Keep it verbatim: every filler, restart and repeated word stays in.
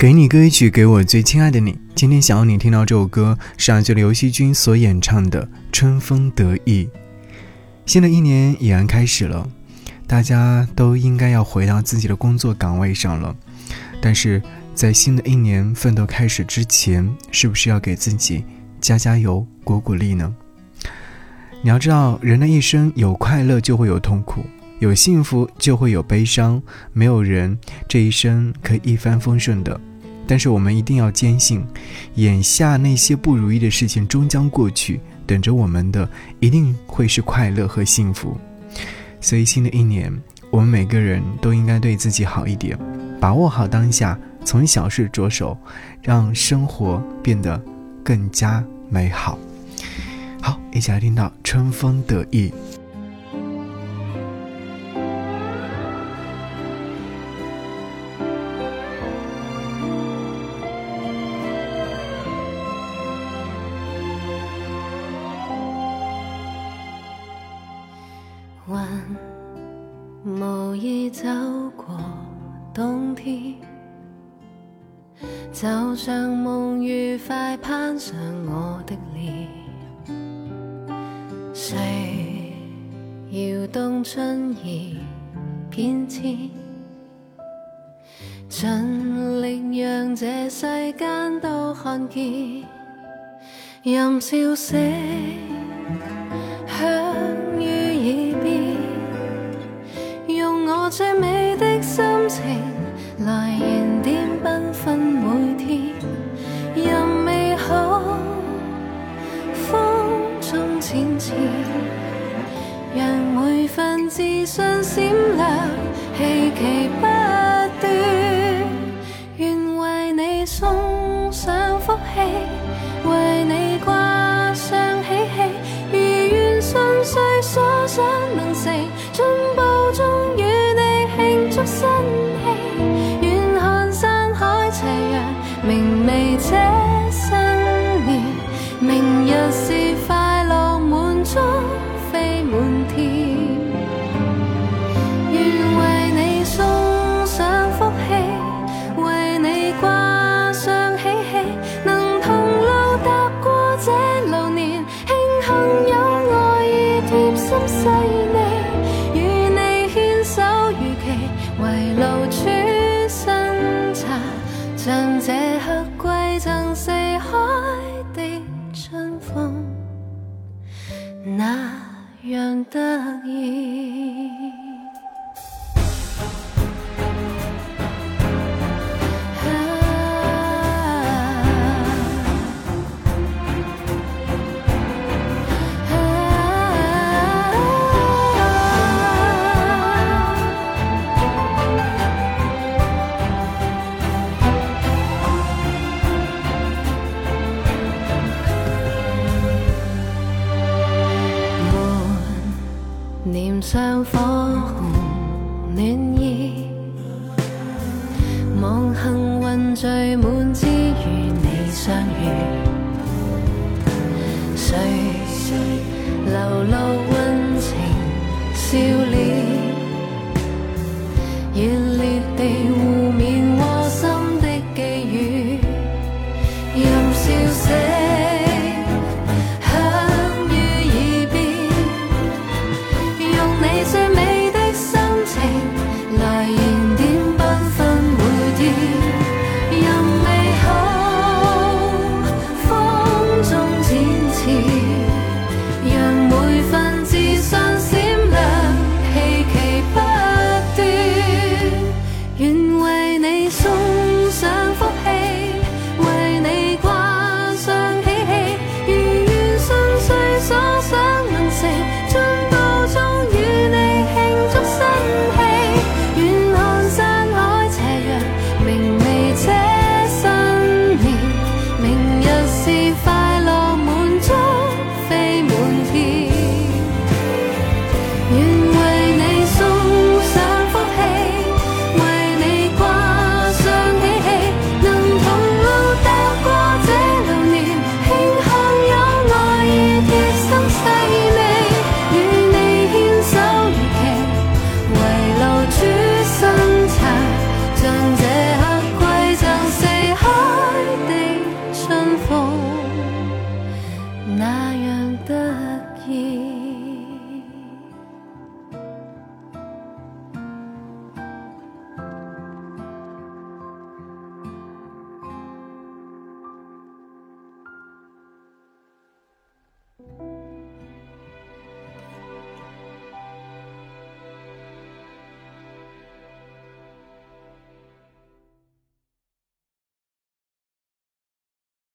给你歌一曲，给我最亲爱的你。今天想要你听到这首歌是来自刘惜君所演唱的《春风得意》。新的一年已然开始了，大家都应该要回到自己的工作岗位上了。但是在新的一年奋斗开始之前，是不是要给自己加加油、鼓鼓励呢？你要知道，人的一生有快乐就会有痛苦，有幸福就会有悲伤，没有人这一生可以一帆风顺的。但是我们一定要坚信，眼下那些不如意的事情终将过去，等着我们的一定会是快乐和幸福。所以新的一年，我们每个人都应该对自己好一点，把握好当下，从小事着手，让生活变得更加美好。好，一起来听到春风得意。 雲無意走過冬天，就像夢愉快攀上我的臉，誰搖動春意變遷，盡力讓這世間都看見，任笑聲響於耳邊，用我最美的心情來燃點繽紛每天，任美好風中淺淺，讓每份自信閃亮，希冀不斷，願為你送上福氣，為你掛上喜氣，如願順遂所想能成，進步中與你慶祝新氣，願看山海斜陽明媚這新年，明日是快樂滿足飛滿天，願為你送上福氣，為你掛上喜氣，能同路踏過這流年，慶幸有愛意貼心細膩，與你牽手如期圍爐煮新茶，像這刻饋贈四海的春風那樣得意。念上火紅暖意，望幸運聚滿之與你相遇，誰流露溫情笑臉，熱烈地